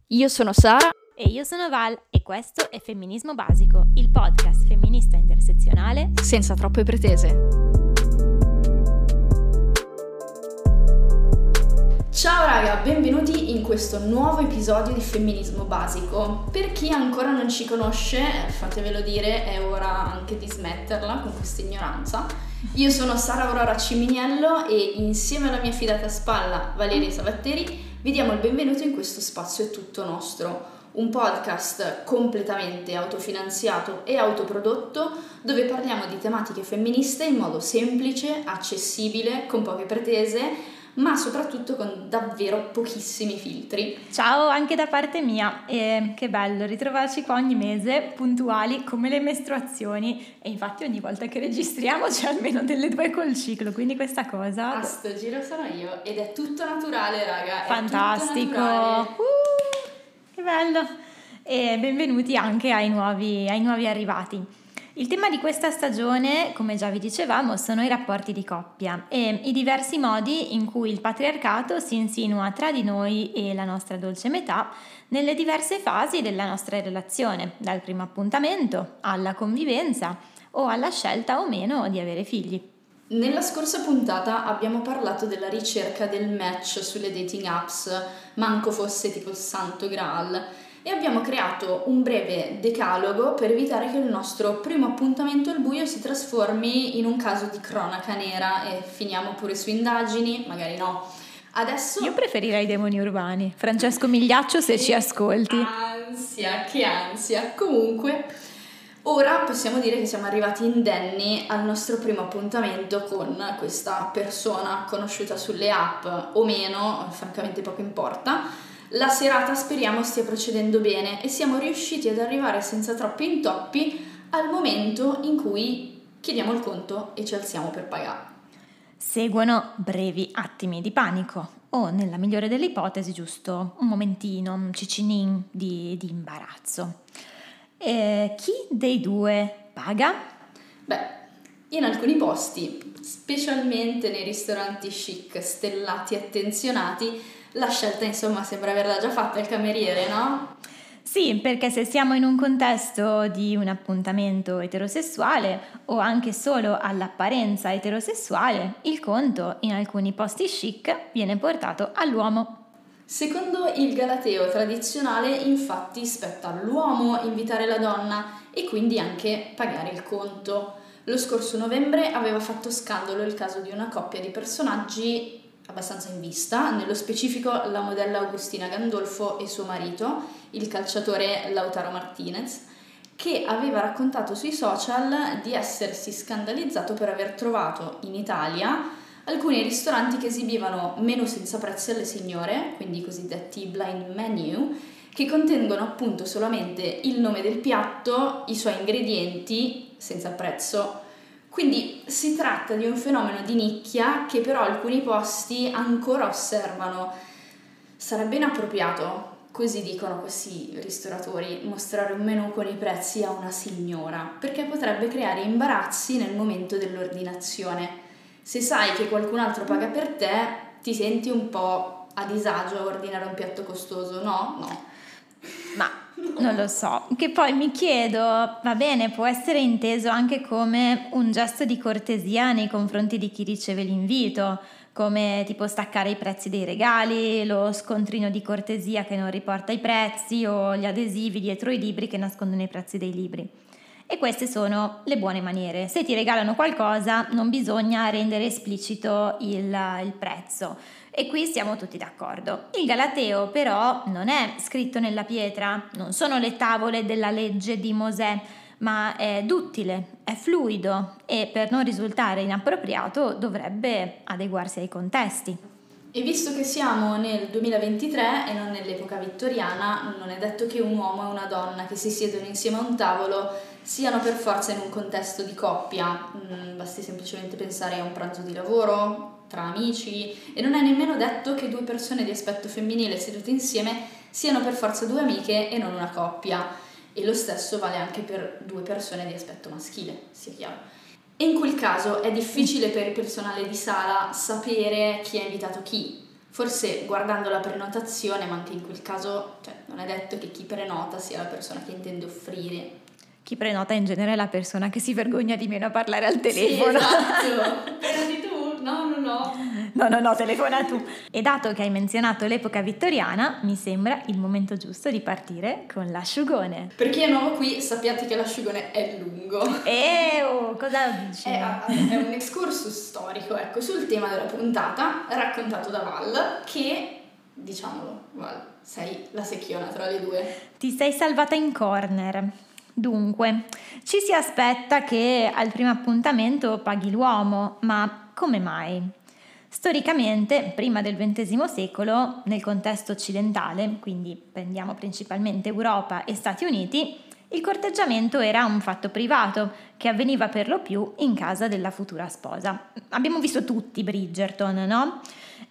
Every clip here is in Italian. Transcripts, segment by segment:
Io sono Sara. E io sono Val e questo è Femminismo Basico, il podcast femminista intersezionale senza troppe pretese. Ciao raga, benvenuti in questo nuovo episodio di Femminismo Basico. Per chi ancora non ci conosce, fatevelo dire, è ora anche di smetterla con questa ignoranza. Io sono Sara Aurora Ciminiello e insieme alla mia fidata spalla Valeria Savatteri vi diamo il benvenuto in questo spazio È tutto nostro, un podcast completamente autofinanziato e autoprodotto dove parliamo di tematiche femministe in modo semplice, accessibile, con poche pretese, ma soprattutto con davvero pochissimi filtri. Ciao anche da parte mia, e che bello ritrovarci qua ogni mese, puntuali come le mestruazioni, e infatti ogni volta che registriamo c'è almeno delle 2 col ciclo, quindi questa cosa... A sto giro sono io ed è tutto naturale raga, fantastico! È tutto naturale. Che bello! E benvenuti anche ai nuovi arrivati. Il tema di questa stagione, come già vi dicevamo, sono i rapporti di coppia e i diversi modi in cui il patriarcato si insinua tra di noi e la nostra dolce metà nelle diverse fasi della nostra relazione, dal primo appuntamento alla convivenza o alla scelta o meno di avere figli. Nella scorsa puntata abbiamo parlato della ricerca del match sulle dating apps, manco fosse tipo il santo graal, e abbiamo creato un breve decalogo per evitare che il nostro primo appuntamento al buio si trasformi in un caso di cronaca nera e finiamo pure su indagini, magari no. Adesso... Io preferirei i demoni urbani. Francesco Migliaccio, se ci ascolti. Che ansia. Comunque, ora possiamo dire che siamo arrivati indenni al nostro primo appuntamento con questa persona conosciuta sulle app o meno, francamente poco importa. La serata speriamo stia procedendo bene e siamo riusciti ad arrivare senza troppi intoppi al momento in cui chiediamo il conto e ci alziamo per pagare. Seguono brevi attimi di panico o, nella migliore delle ipotesi, giusto un momentino, un cicinin di imbarazzo. Chi dei due paga? Beh, in alcuni posti, specialmente nei ristoranti chic, stellati e attenzionati, la scelta insomma sembra averla già fatta il cameriere, no? Sì, perché se siamo in un contesto di un appuntamento eterosessuale o anche solo all'apparenza eterosessuale, il conto in alcuni posti chic viene portato all'uomo. Secondo il galateo tradizionale, infatti, spetta all'uomo invitare la donna e quindi anche pagare il conto. Lo scorso novembre aveva fatto scandalo il caso di una coppia di personaggi abbastanza in vista, nello specifico la modella Agustina Gandolfo e suo marito, il calciatore Lautaro Martinez, che aveva raccontato sui social di essersi scandalizzato per aver trovato in Italia alcuni ristoranti che esibivano menù senza prezzi alle signore, quindi i cosiddetti blind menu, che contengono appunto solamente il nome del piatto, i suoi ingredienti, senza prezzo. Quindi si tratta di un fenomeno di nicchia che però alcuni posti ancora osservano. Sarebbe inappropriato, così dicono questi ristoratori, mostrare un menù con i prezzi a una signora, perché potrebbe creare imbarazzi nel momento dell'ordinazione. Se sai che qualcun altro paga per te, ti senti un po' a disagio a ordinare un piatto costoso, no? No. Ma non lo so, che poi mi chiedo, va bene, può essere inteso anche come un gesto di cortesia nei confronti di chi riceve l'invito, come tipo staccare i prezzi dei regali, lo scontrino di cortesia che non riporta i prezzi o gli adesivi dietro i libri che nascondono i prezzi dei libri. E queste sono le buone maniere. Se ti regalano qualcosa non bisogna rendere esplicito il prezzo. E qui siamo tutti d'accordo. Il Galateo però non è scritto nella pietra, non sono le tavole della legge di Mosè, ma è duttile, è fluido e per non risultare inappropriato dovrebbe adeguarsi ai contesti. E visto che siamo nel 2023 e non nell'epoca vittoriana, non è detto che un uomo e una donna che si siedono insieme a un tavolo siano per forza in un contesto di coppia. Basti semplicemente pensare a un pranzo di lavoro, tra amici, e non è nemmeno detto che 2 persone di aspetto femminile sedute insieme siano per forza 2 amiche e non una coppia. E lo stesso vale anche per 2 persone di aspetto maschile, sia chiaro. E in quel caso è difficile per il personale di sala sapere chi ha invitato chi. Forse guardando la prenotazione, ma anche in quel caso non non è detto che chi prenota sia la persona che intende offrire. Chi prenota in genere è la persona che si vergogna di meno a parlare al telefono. Sì, esatto. Prenoti tu? No, telefona tu. E dato che hai menzionato l'epoca vittoriana, mi sembra il momento giusto di partire con l'asciugone. Per chi è nuovo qui, sappiate che l'asciugone è lungo. Cosa dici? È un excursus storico, ecco, sul tema della puntata, raccontato da Val, che, diciamolo, Val, sei la secchiona tra le due. Ti sei salvata in corner. Dunque, ci si aspetta che al primo appuntamento paghi l'uomo, ma come mai? Storicamente, prima del XX secolo, nel contesto occidentale, quindi prendiamo principalmente Europa e Stati Uniti, il corteggiamento era un fatto privato che avveniva per lo più in casa della futura sposa. Abbiamo visto tutti Bridgerton, no?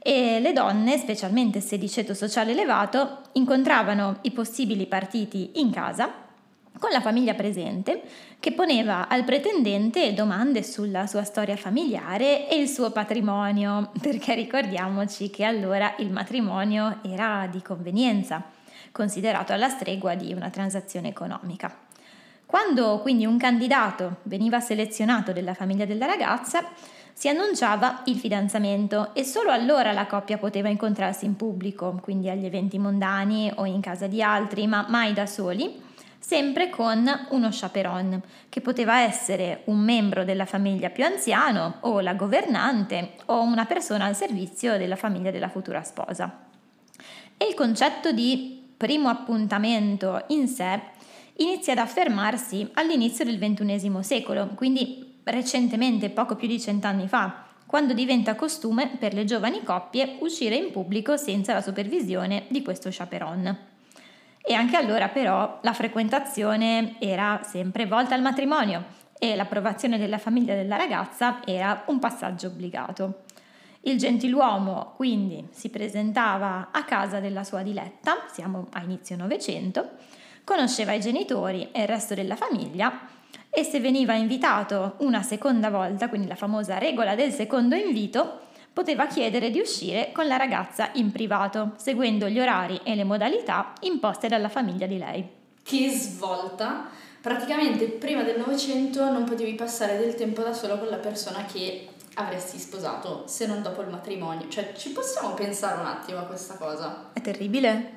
E le donne, specialmente se di ceto sociale elevato, incontravano i possibili partiti in casa con la famiglia presente, che poneva al pretendente domande sulla sua storia familiare e il suo patrimonio, perché ricordiamoci che allora il matrimonio era di convenienza, considerato alla stregua di una transazione economica. Quando quindi un candidato veniva selezionato dalla famiglia della ragazza, si annunciava il fidanzamento e solo allora la coppia poteva incontrarsi in pubblico, quindi agli eventi mondani o in casa di altri, ma mai da soli, sempre con uno chaperon, che poteva essere un membro della famiglia più anziano o la governante o una persona al servizio della famiglia della futura sposa. E il concetto di primo appuntamento in sé inizia ad affermarsi all'inizio del XXI secolo, quindi recentemente, poco più di 100 anni fa, quando diventa costume per le giovani coppie uscire in pubblico senza la supervisione di questo chaperon. E anche allora però la frequentazione era sempre volta al matrimonio e l'approvazione della famiglia della ragazza era un passaggio obbligato. Il gentiluomo quindi si presentava a casa della sua diletta, siamo a inizio Novecento, conosceva i genitori e il resto della famiglia e se veniva invitato una seconda volta, quindi la famosa regola del secondo invito, poteva chiedere di uscire con la ragazza in privato, seguendo gli orari e le modalità imposte dalla famiglia di lei. Che svolta! Praticamente prima del Novecento non potevi passare del tempo da solo con la persona che avresti sposato, se non dopo il matrimonio. Cioè, ci possiamo pensare un attimo a questa cosa? È terribile.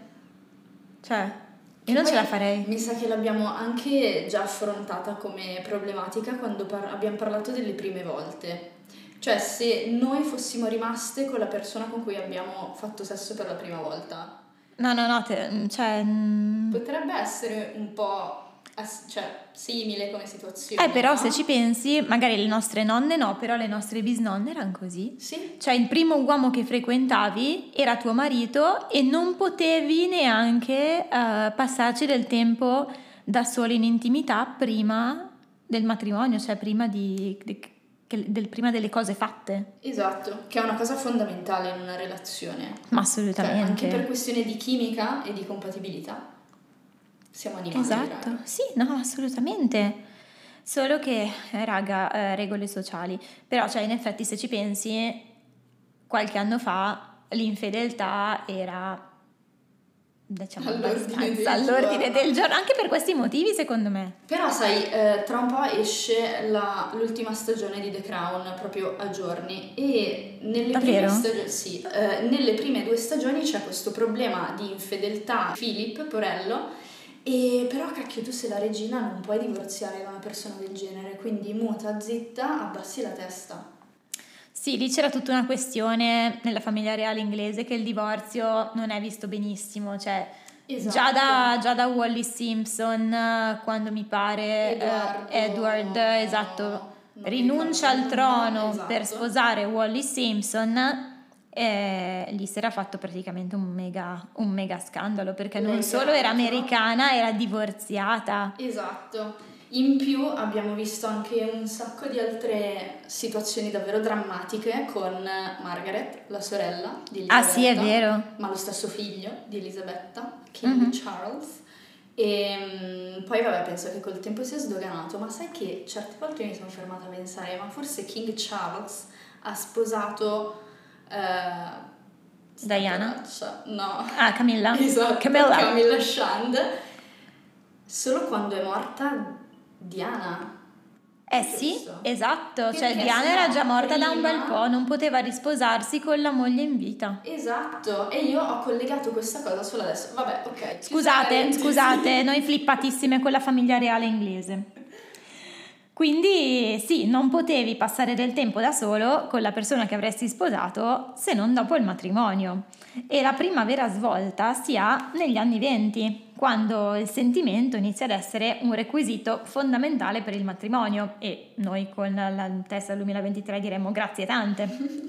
Cioè, io non ce la farei. Mi sa che l'abbiamo anche già affrontata come problematica quando abbiamo parlato delle prime volte. Cioè, se noi fossimo rimaste con la persona con cui abbiamo fatto sesso per la prima volta. Potrebbe essere un po' simile come situazione. Però no? se ci pensi, magari le nostre nonne no, però le nostre bisnonne erano così. Sì. Cioè il primo uomo che frequentavi era tuo marito e non potevi neanche passarci del tempo da soli in intimità prima del matrimonio, cioè prima prima delle cose fatte. Esatto, che è una cosa fondamentale in una relazione. Ma assolutamente. Cioè, anche per questione di chimica e di compatibilità. Siamo animali. Esatto, raga. sì, no, assolutamente. Solo che, regole sociali. Però, cioè, in effetti, se ci pensi, qualche anno fa l'infedeltà era, diciamo, abbastanza all'ordine del giorno, anche per questi motivi, secondo me. Però, sai, tra un po' esce l'ultima stagione di The Crown, proprio a giorni, e nelle nelle prime 2 stagioni c'è questo problema di infedeltà. Philip, porello, e però cacchio, tu sei la regina, non puoi divorziare da una persona del genere, quindi muta, zitta, abbassi la testa. Sì, lì c'era tutta una questione nella famiglia reale inglese che il divorzio non è visto benissimo, cioè esatto. già da Wallis Simpson, quando mi pare Edward esatto, rinuncia al trono per sposare Wallis Simpson. Lì si era fatto praticamente un mega scandalo, perché non solo era americana, era divorziata. Esatto. In più abbiamo visto anche un sacco di altre situazioni davvero drammatiche con Margaret, la sorella di Elisabetta. Ah sì, è vero. Ma lo stesso figlio di Elisabetta, King Charles. E poi vabbè, penso che col tempo sia sdoganato, ma sai che certe volte mi sono fermata a pensare, ma forse King Charles ha sposato Diana? No. Ah, Camilla. Esatto, Camilla Shand. Solo quando è morta Diana. Sì, esatto, Perché cioè Diana era già morta da un bel prima... po', non poteva risposarsi con la moglie in vita. Esatto, e io ho collegato questa cosa solo adesso. Vabbè, ok. Scusate, noi flippatissime con la famiglia reale inglese. Quindi sì, non potevi passare del tempo da solo con la persona che avresti sposato se non dopo il matrimonio. E la prima vera svolta si ha negli anni *20, quando il sentimento inizia ad essere un requisito fondamentale per il matrimonio, e noi con la testa del 2023 diremmo grazie tante.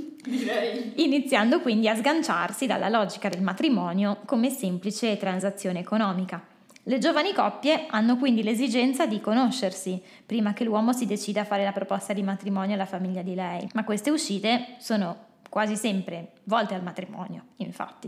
Direi. Iniziando quindi a sganciarsi dalla logica del matrimonio come semplice transazione economica. Le giovani coppie hanno quindi l'esigenza di conoscersi prima che l'uomo si decida a fare la proposta di matrimonio alla famiglia di lei, ma queste uscite sono quasi sempre volte al matrimonio, infatti.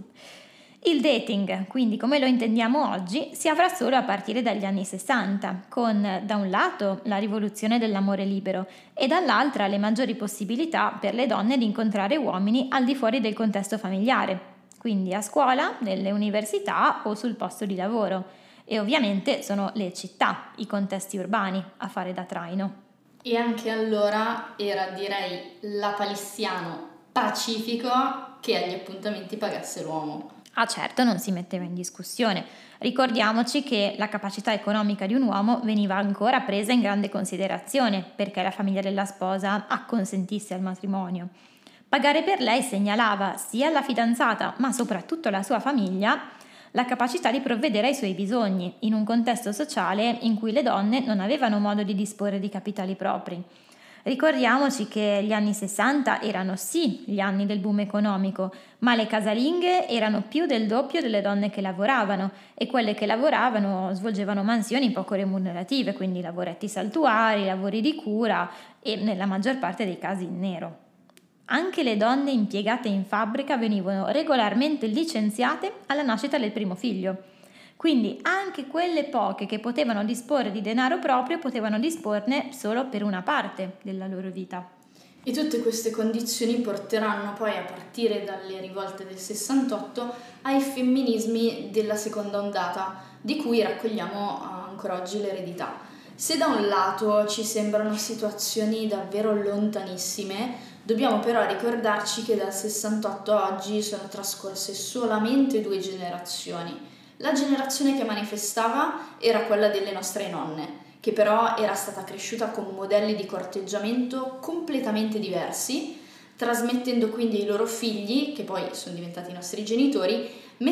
Il dating, quindi come lo intendiamo oggi, si avrà solo a partire dagli anni 60, con da un lato la rivoluzione dell'amore libero e dall'altra le maggiori possibilità per le donne di incontrare uomini al di fuori del contesto familiare, quindi a scuola, nelle università o sul posto di lavoro. E ovviamente sono le città, i contesti urbani a fare da traino. E anche allora era, direi, lapalissiano pacifico che agli appuntamenti pagasse l'uomo. Ah certo, non si metteva in discussione. Ricordiamoci che la capacità economica di un uomo veniva ancora presa in grande considerazione perché la famiglia della sposa acconsentisse al matrimonio. Pagare per lei segnalava sia alla fidanzata ma soprattutto alla sua famiglia la capacità di provvedere ai suoi bisogni in un contesto sociale in cui le donne non avevano modo di disporre di capitali propri. Ricordiamoci che gli anni 60 erano sì gli anni del boom economico, ma le casalinghe erano più del doppio delle donne che lavoravano e quelle che lavoravano svolgevano mansioni poco remunerative, quindi lavoretti saltuari, lavori di cura e nella maggior parte dei casi in nero. Anche le donne impiegate in fabbrica venivano regolarmente licenziate alla nascita del primo figlio. Quindi anche quelle poche che potevano disporre di denaro proprio potevano disporne solo per una parte della loro vita. E tutte queste condizioni porteranno poi, a partire dalle rivolte del 68, ai femminismi della seconda ondata, di cui raccogliamo ancora oggi l'eredità. Se da un lato ci sembrano situazioni davvero lontanissime, dobbiamo però ricordarci che dal 68 a oggi sono trascorse solamente 2 generazioni. La generazione che manifestava era quella delle nostre nonne, che però era stata cresciuta con modelli di corteggiamento completamente diversi, trasmettendo quindi ai loro figli, che poi sono diventati i nostri genitori,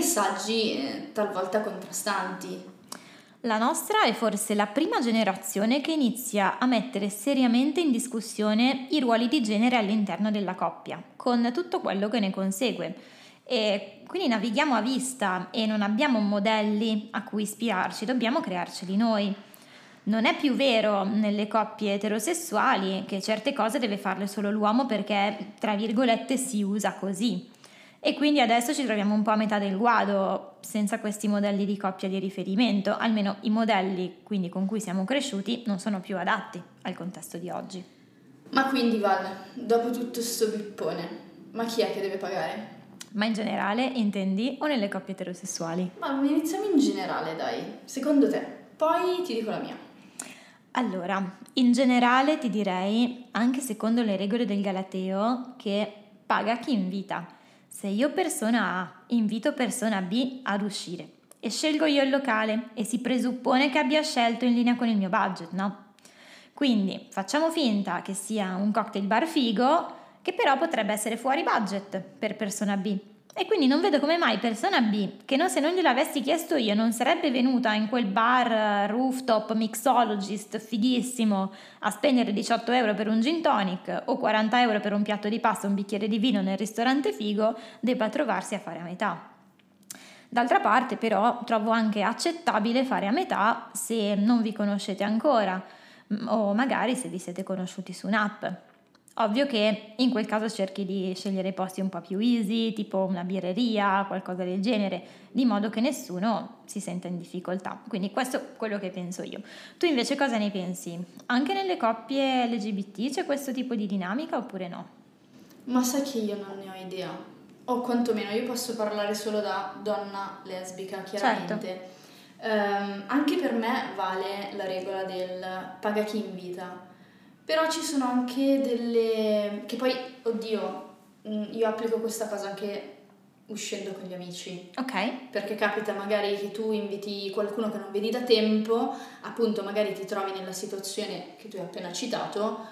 messaggi talvolta contrastanti. La nostra è forse la prima generazione che inizia a mettere seriamente in discussione i ruoli di genere all'interno della coppia, con tutto quello che ne consegue. E quindi navighiamo a vista e non abbiamo modelli a cui ispirarci, dobbiamo crearceli noi. Non è più vero nelle coppie eterosessuali che certe cose deve farle solo l'uomo perché, tra virgolette, si usa così. E quindi adesso ci troviamo un po' a metà del guado, senza questi modelli di coppia di riferimento, almeno i modelli quindi con cui siamo cresciuti non sono più adatti al contesto di oggi. Ma quindi Val, dopo tutto sto pippone, ma chi è che deve pagare? Ma in generale intendi o nelle coppie eterosessuali? Ma iniziamo in generale, dai, secondo te, poi ti dico la mia. Allora, in generale ti direi, anche secondo le regole del Galateo, che paga chi invita. Se io persona A invito persona B ad uscire e scelgo io il locale e si presuppone che abbia scelto in linea con il mio budget, no? Quindi facciamo finta che sia un cocktail bar figo che però potrebbe essere fuori budget per persona B. E quindi non vedo come mai persona B, che se non gliel'avessi chiesto io non sarebbe venuta in quel bar rooftop mixologist fighissimo a spendere 18 euro per un gin tonic o 40 euro per un piatto di pasta o un bicchiere di vino nel ristorante figo, debba trovarsi a fare a metà. D'altra parte però trovo anche accettabile fare a metà se non vi conoscete ancora o magari se vi siete conosciuti su un'app. Ovvio che in quel caso cerchi di scegliere posti un po' più easy, tipo una birreria, qualcosa del genere, di modo che nessuno si senta in difficoltà. Quindi questo è quello che penso io. Tu invece cosa ne pensi? Anche nelle coppie LGBT c'è questo tipo di dinamica oppure no? Ma sai che io non ne ho idea. o quantomeno io posso parlare solo da donna lesbica, chiaramente. Certo. Anche per me vale la regola del paga chi invita, però ci sono anche delle... che poi, oddio, io applico questa cosa anche uscendo con gli amici. Ok. Perché capita magari che tu inviti qualcuno che non vedi da tempo, appunto magari ti trovi nella situazione che tu hai appena citato,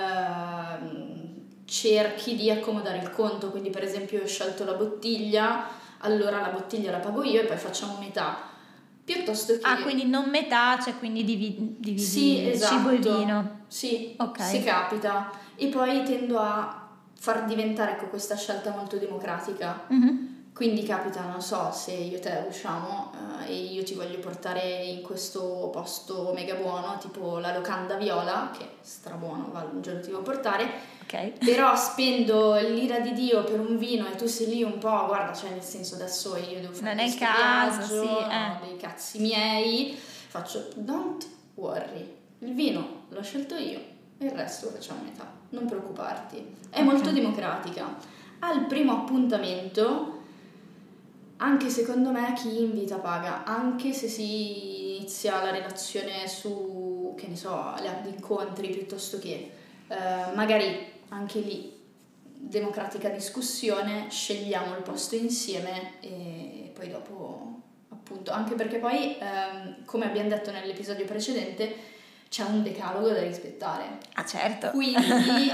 cerchi di accomodare il conto, quindi per esempio io ho scelto la bottiglia, allora la bottiglia la pago io e poi facciamo metà, piuttosto che... quindi non metà, cioè quindi dividi sì, esatto. Cibo e vino. Sì, okay. Se capita. E poi tendo a far diventare questa scelta molto democratica. Mm-hmm. Quindi capita, non so, se io e te usciamo e io ti voglio portare in questo posto mega buono, tipo la Locanda Viola, che è strabuono, un giorno ti devo portare, okay. Però spendo l'ira di Dio per un vino e tu sei lì un po', guarda, cioè nel senso adesso io devo fare questo viaggio, ho dei cazzi miei, faccio don't worry, il vino l'ho scelto io e il resto lo facciamo a metà, non preoccuparti, è molto democratica. Al primo appuntamento... Anche secondo me chi invita paga, anche se si inizia la relazione su, che ne so, gli incontri piuttosto che magari anche lì democratica discussione, scegliamo il posto insieme e poi dopo appunto, anche perché poi come abbiamo detto nell'episodio precedente c'è un decalogo da rispettare. Certo. Quindi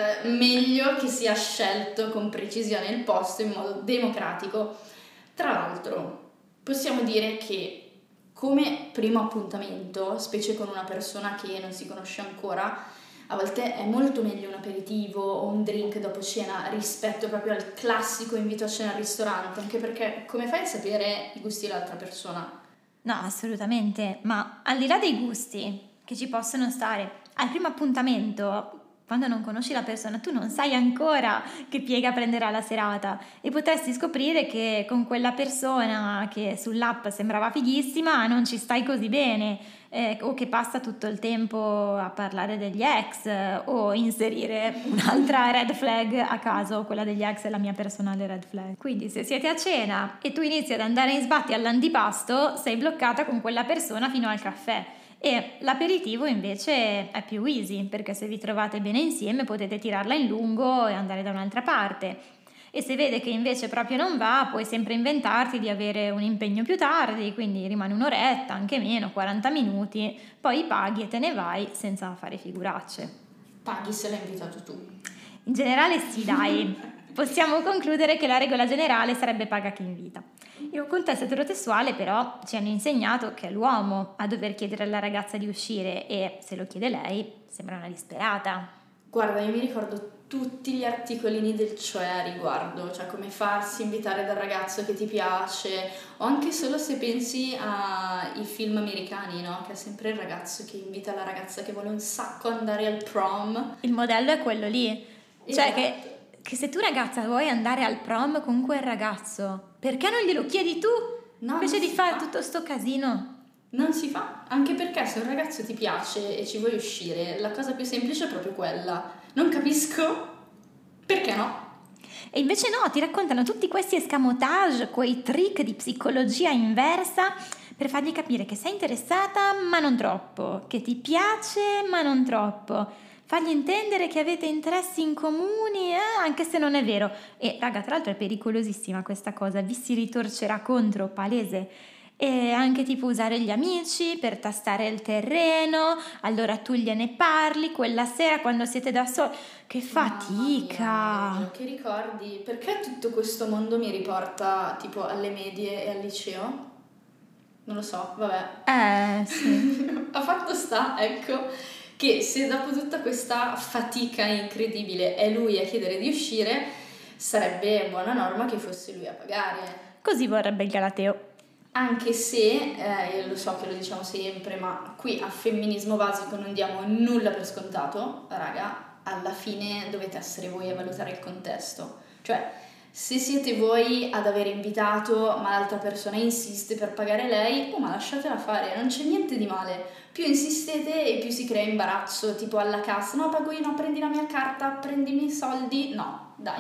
meglio che sia scelto con precisione il posto in modo democratico. Tra l'altro, possiamo dire che come primo appuntamento, specie con una persona che non si conosce ancora, a volte è molto meglio un aperitivo o un drink dopo cena rispetto proprio al classico invito a cena al ristorante, anche perché come fai a sapere i gusti dell'altra persona? No, assolutamente, ma al di là dei gusti che ci possono stare, al primo appuntamento... Quando non conosci la persona, tu non sai ancora che piega prenderà la serata e potresti scoprire che con quella persona che sull'app sembrava fighissima non ci stai così bene, o che passa tutto il tempo a parlare degli ex o inserire un'altra red flag a caso. Quella degli ex è la mia personale red flag. Quindi se siete a cena e tu inizi ad andare in sbatti all'antipasto, sei bloccata con quella persona fino al caffè. E l'aperitivo invece è più easy, perché se vi trovate bene insieme potete tirarla in lungo e andare da un'altra parte. E se vede che invece proprio non va, puoi sempre inventarti di avere un impegno più tardi, quindi rimane un'oretta, anche meno, 40 minuti, poi paghi e te ne vai senza fare figuracce. Paghi se l'hai invitato tu. In generale sì, dai. Possiamo concludere che la regola generale sarebbe paga chi invita. In un contesto eterosessuale però ci hanno insegnato che è l'uomo a dover chiedere alla ragazza di uscire e se lo chiede lei sembra una disperata. Guarda, io mi ricordo tutti gli articolini del cioè a riguardo, cioè come farsi invitare dal ragazzo che ti piace, o anche solo se pensi ai film americani, no? Che è sempre il ragazzo che invita la ragazza che vuole un sacco andare al prom. Il modello è quello lì, esatto. Cioè che se tu ragazza vuoi andare al prom con quel ragazzo, perché non glielo chiedi tu? No, invece di fare tutto sto casino? Non si fa, anche perché se un ragazzo ti piace e ci vuoi uscire, la cosa più semplice è proprio quella. Non capisco perché no. E invece no, ti raccontano tutti questi escamotage, quei trick di psicologia inversa per fargli capire che sei interessata ma non troppo, che ti piace ma non troppo. Fargli intendere che avete interessi in comuni, anche se non è vero. E raga, tra l'altro è pericolosissima questa cosa, vi si ritorcerà contro, palese. E anche tipo usare gli amici per tastare il terreno, allora tu gliene parli quella sera quando siete da soli. Che fatica! Mamma mia, che ricordi? Perché tutto questo mondo mi riporta tipo alle medie e al liceo? Non lo so, vabbè. Sì. A fatto sta, ecco, che se dopo tutta questa fatica incredibile è lui a chiedere di uscire, sarebbe buona norma che fosse lui a pagare. Così vorrebbe il Galateo. Anche se, io lo so che lo diciamo sempre, ma qui a femminismo basico non diamo nulla per scontato, raga, alla fine dovete essere voi a valutare il contesto. Cioè, se siete voi ad aver invitato, ma l'altra persona insiste per pagare lei, ma lasciatela fare, non c'è niente di male. Più insistete e più si crea imbarazzo, tipo alla cassa, no pago io, no prendi la mia carta, prendimi i soldi, no, dai,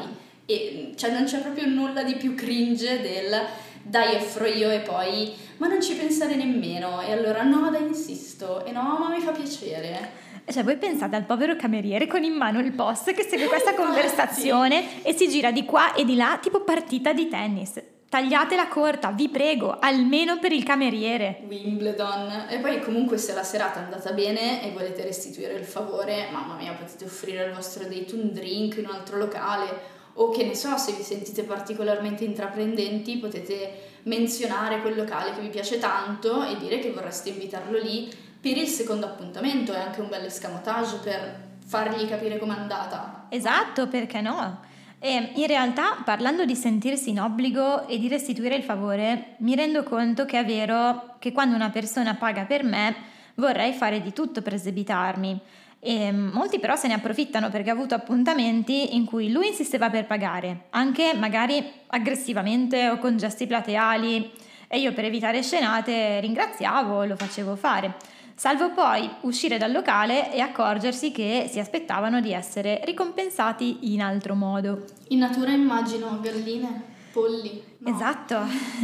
E cioè non c'è proprio nulla di più cringe del dai offro io e poi ma non ci pensare nemmeno e allora no dai insisto e no ma mi fa piacere. Cioè voi pensate al povero cameriere con in mano il post che segue questa conversazione e si gira di qua e di là tipo partita di tennis. Tagliatela corta, vi prego, almeno per il cameriere. Wimbledon. E poi comunque se la serata è andata bene e volete restituire il favore, mamma mia, potete offrire al vostro date un drink in un altro locale o che ne so, se vi sentite particolarmente intraprendenti potete menzionare quel locale che vi piace tanto e dire che vorreste invitarlo lì per il secondo appuntamento. È anche un bel escamotage per fargli capire com'è andata. Esatto, perché no? E in realtà, parlando di sentirsi in obbligo e di restituire il favore, mi rendo conto che è vero che quando una persona paga per me vorrei fare di tutto per esdebitarmi. E molti però se ne approfittano perché ha avuto appuntamenti in cui lui insisteva per pagare, anche magari aggressivamente o con gesti plateali, e io per evitare scenate ringraziavo, lo facevo fare. Salvo poi uscire dal locale e accorgersi che si aspettavano di essere ricompensati in altro modo. In natura immagino galline, polli. No. Esatto,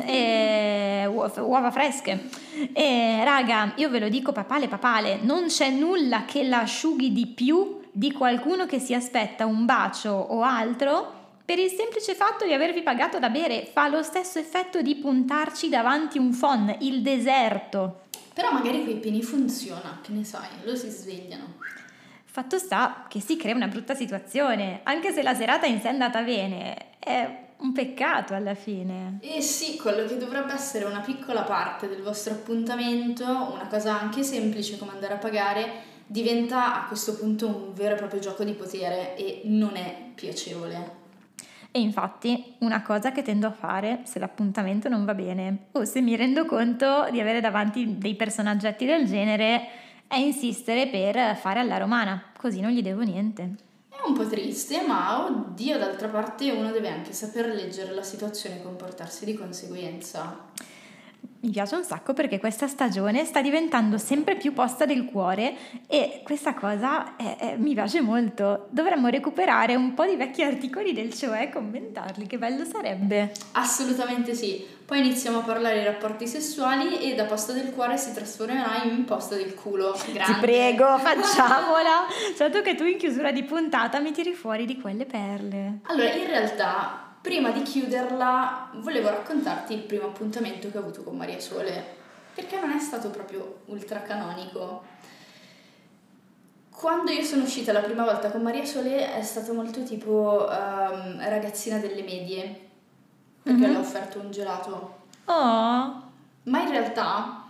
e uova fresche. E raga, io ve lo dico papale, non c'è nulla che l'asciughi di più di qualcuno che si aspetta un bacio o altro per il semplice fatto di avervi pagato da bere. Fa lo stesso effetto di puntarci davanti un phon, il deserto. Però magari quei peni funziona, che ne sai, loro si svegliano. Fatto sta che si crea una brutta situazione, anche se la serata in sé è andata bene, è un peccato alla fine. E sì, quello che dovrebbe essere una piccola parte del vostro appuntamento, una cosa anche semplice come andare a pagare, diventa a questo punto un vero e proprio gioco di potere e non è piacevole. E infatti una cosa che tendo a fare se l'appuntamento non va bene o se mi rendo conto di avere davanti dei personaggetti del genere è insistere per fare alla romana, così non gli devo niente. È un po' triste, ma oddio, d'altra parte uno deve anche saper leggere la situazione e comportarsi di conseguenza. Mi piace un sacco perché questa stagione sta diventando sempre più posta del cuore e questa cosa mi piace molto. Dovremmo recuperare un po' di vecchi articoli del Cioè e commentarli, che bello sarebbe. Assolutamente sì. Poi iniziamo a parlare di rapporti sessuali e da posta del cuore si trasformerà in posta del culo. Grande. Ti prego, facciamola! Certo che tu in chiusura di puntata mi tiri fuori di quelle perle. Allora, in realtà, prima di chiuderla, volevo raccontarti il primo appuntamento che ho avuto con Maria Sole, perché non è stato proprio ultra canonico. Quando io sono uscita la prima volta con Maria Sole è stato molto tipo ragazzina delle medie, perché le ho offerto un gelato. Oh! Ma in realtà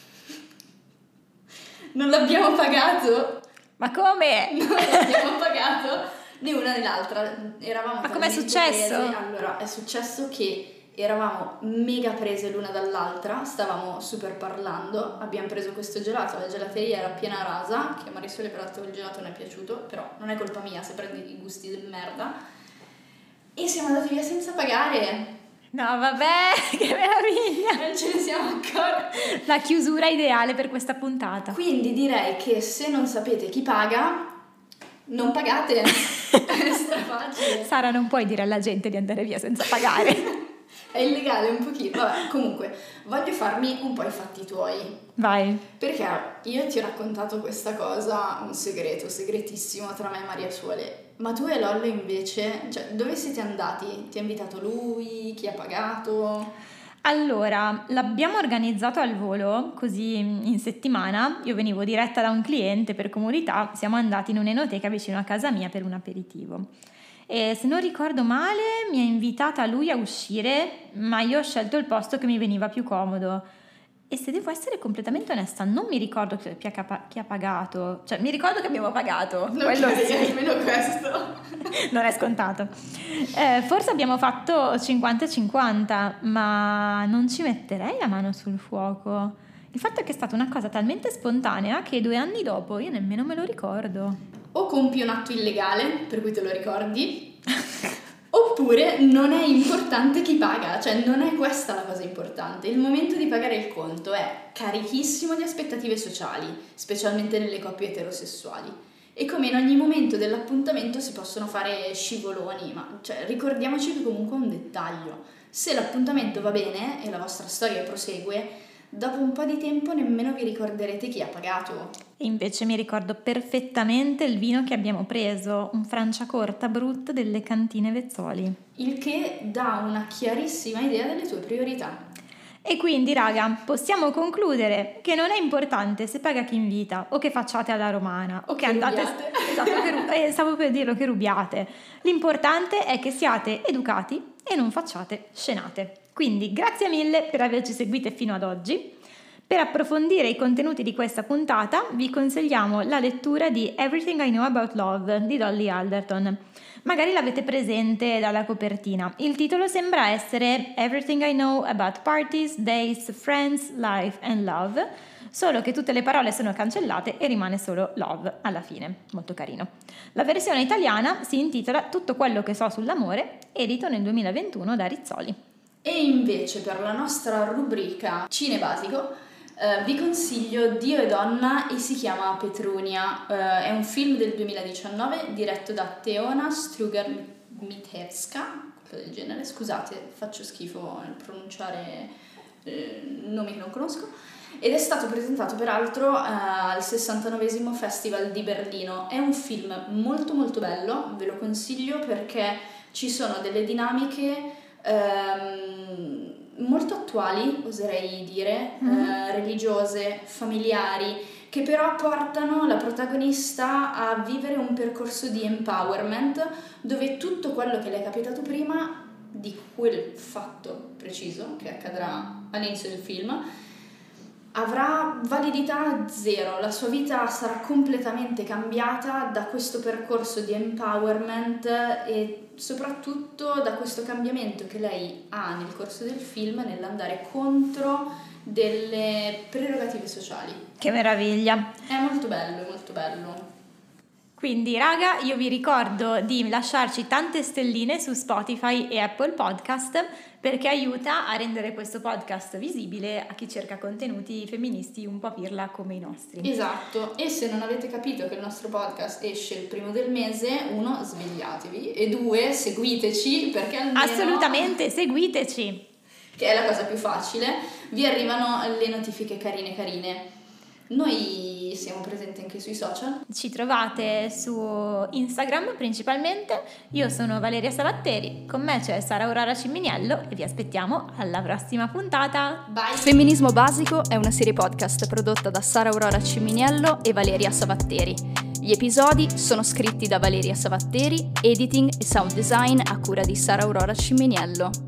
non l'abbiamo pagato. Ma come? Non l'abbiamo pagato né una né l'altra. Eravamo Ma com'è talmente successo? prese. Allora, è successo che eravamo mega prese l'una dall'altra, stavamo super parlando, abbiamo preso questo gelato, la gelateria era piena rasa, che a Maria Sole peraltro il gelato non è piaciuto, però non è colpa mia se prendi i gusti del merda. E siamo andati via senza pagare. No, vabbè, che meraviglia! Non ce ne siamo accorti. La chiusura ideale per questa puntata. Quindi direi che se non sapete chi paga, non pagate. È strafacile. Sara, non puoi dire alla gente di andare via senza pagare. È illegale un pochino. Vabbè, comunque, voglio farmi un po' i fatti tuoi. Vai. Perché io ti ho raccontato questa cosa, un segreto, segretissimo tra me e Maria Sole. Ma tu e Lollo invece, cioè, dove siete andati? Ti ha invitato lui? Chi ha pagato? Allora, l'abbiamo organizzato al volo, così in settimana. Io venivo diretta da un cliente, per comodità siamo andati in un'enoteca vicino a casa mia per un aperitivo. E se non ricordo male mi ha invitata lui a uscire, ma io ho scelto il posto che mi veniva più comodo. E se devo essere completamente onesta, non mi ricordo chi ha pagato. Cioè, mi ricordo che abbiamo pagato. Quello sì. Almeno questo. Non è scontato. Forse abbiamo fatto 50-50, ma non ci metterei la mano sul fuoco. Il fatto è che è stata una cosa talmente spontanea che 2 anni dopo io nemmeno me lo ricordo. O compi un atto illegale, per cui te lo ricordi, oppure non è importante chi paga, cioè non è questa la cosa importante. Il momento di pagare il conto è carichissimo di aspettative sociali, specialmente nelle coppie eterosessuali. e come in ogni momento dell'appuntamento si possono fare scivoloni, ma cioè, ricordiamoci che comunque è un dettaglio. Se l'appuntamento va bene e la vostra storia prosegue, dopo un po' di tempo nemmeno vi ricorderete chi ha pagato. E invece mi ricordo perfettamente il vino che abbiamo preso, un Franciacorta Brut delle cantine Vezzoli. Il che dà una chiarissima idea delle tue priorità. E quindi, raga, possiamo concludere che non è importante se paga chi invita o che facciate alla romana o che andate... Esatto, stavo per dirlo, che rubiate. L'importante è che siate educati e non facciate scenate. Quindi grazie mille per averci seguite fino ad oggi. Per approfondire i contenuti di questa puntata vi consigliamo la lettura di Everything I Know About Love di Dolly Alderton. Magari l'avete presente dalla copertina. Il titolo sembra essere Everything I Know About Parties, Dates, Friends, Life and Love, solo che tutte le parole sono cancellate e rimane solo love alla fine. Molto carino. La versione italiana si intitola Tutto quello che so sull'amore, edito nel 2021 da Rizzoli. E invece per la nostra rubrica Cinebasico vi consiglio Dio e Donna e si chiama Petrunia. È un film del 2019 diretto da Teona Strugar-Mitevska, qualcosa del genere. Scusate, faccio schifo nel pronunciare nomi che non conosco. Ed è stato presentato peraltro al 69esimo Festival di Berlino. È un film molto molto bello, ve lo consiglio perché ci sono delle dinamiche molto attuali, oserei dire, religiose, familiari, che però portano la protagonista a vivere un percorso di empowerment dove tutto quello che le è capitato prima di quel fatto preciso che accadrà all'inizio del film avrà validità zero. La sua vita sarà completamente cambiata da questo percorso di empowerment e soprattutto da questo cambiamento che lei ha nel corso del film nell'andare contro delle prerogative sociali. Che meraviglia! È molto bello, è molto bello. Quindi raga, io vi ricordo di lasciarci tante stelline su Spotify e Apple Podcast perché aiuta a rendere questo podcast visibile a chi cerca contenuti femministi un po' pirla come i nostri. Esatto, e se non avete capito che il nostro podcast esce il 1° del mese, 1, svegliatevi, e 2, seguiteci perché almeno... Assolutamente, seguiteci! Che è la cosa più facile, vi arrivano le notifiche carine. Noi siamo presenti anche sui social. Ci trovate su Instagram principalmente. Io sono Valeria Savatteri, con me c'è Sara Aurora Ciminiello e vi aspettiamo alla prossima puntata. Bye! Femminismo Basico è una serie podcast prodotta da Sara Aurora Ciminiello e Valeria Savatteri. Gli episodi sono scritti da Valeria Savatteri, editing e sound design a cura di Sara Aurora Ciminiello.